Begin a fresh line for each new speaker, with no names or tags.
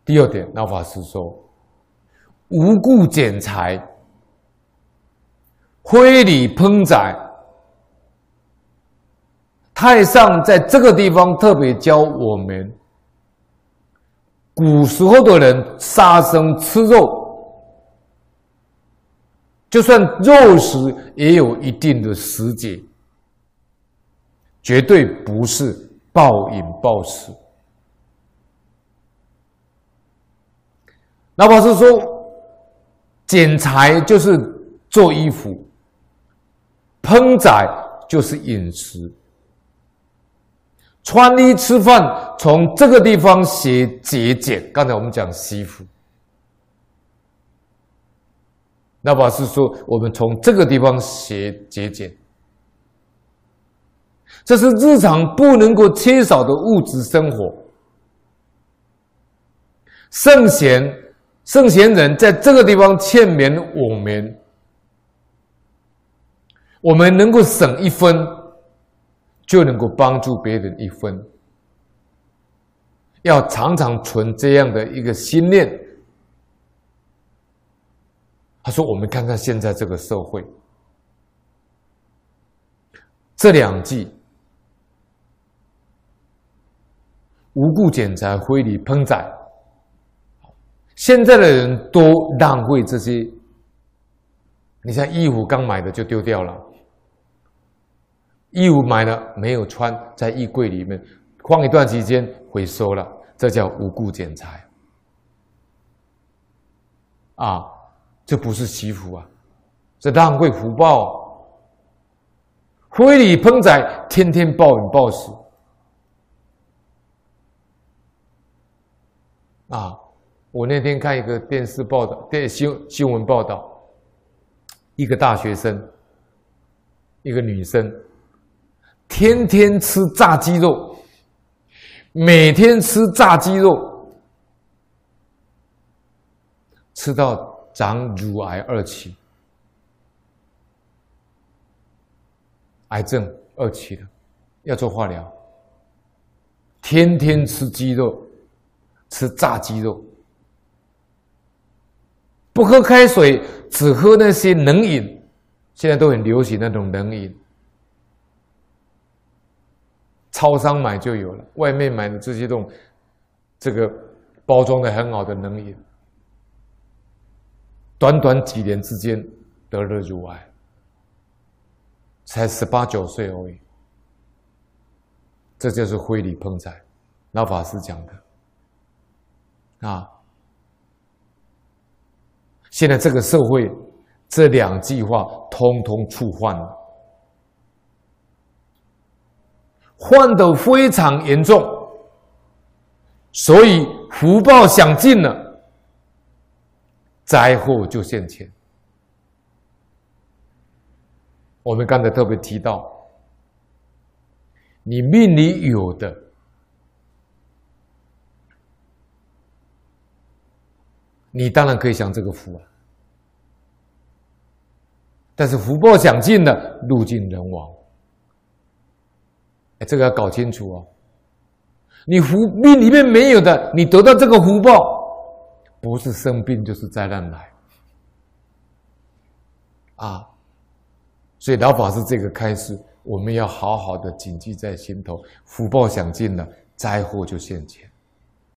第二点，老法师说，无故剪裁，非礼烹宰。太上在这个地方特别教我们，古时候的人杀生吃肉，就算肉食也有一定的时节，绝对不是暴饮暴食。老法师说，剪裁就是做衣服，烹宰就是饮食。穿衣吃饭，从这个地方学节俭。刚才我们讲惜福，那法师说，我们从这个地方学节俭，这是日常不能够缺少的物质生活。圣贤人在这个地方劝勉我们能够省一分，就能够帮助别人一分。要常常存这样的一个心念。他说：“我们看看现在这个社会，这两句无故剪裁，非礼烹宰。现在的人都浪费这些。你像衣服刚买的就丢掉了。”衣服买了没有穿，在衣柜里面放一段时间回收了，这叫无故剪裁啊！这不是惜福啊，这浪费福报。非礼烹宰，天天暴饮暴食啊！我那天看一个电视报道，新闻报道，一个大学生，一个女生。天天吃炸鸡肉，每天吃炸鸡肉，吃到长乳癌2期，癌症2期了，要做化疗。天天吃鸡肉，吃炸鸡肉，不喝开水，只喝那些冷饮，现在都很流行那种冷饮。超商买就有了，外面买的这个包装的很好的冷饮，短短几年之间得了乳癌，才18、19岁而已。这就是非礼烹宰，老法师讲的啊。现在这个社会，这两句话通通触犯了。患得非常严重，所以福报享尽了，灾祸就现前。我们刚才特别提到，你命里有的，你当然可以享这个福啊，但是福报享尽了，路尽人亡。这个要搞清楚哦。你命里面没有的，你得到这个福报，不是生病就是灾难来啊！所以老法师这个开示，我们要好好的谨记在心头，福报享尽了，灾祸就现前。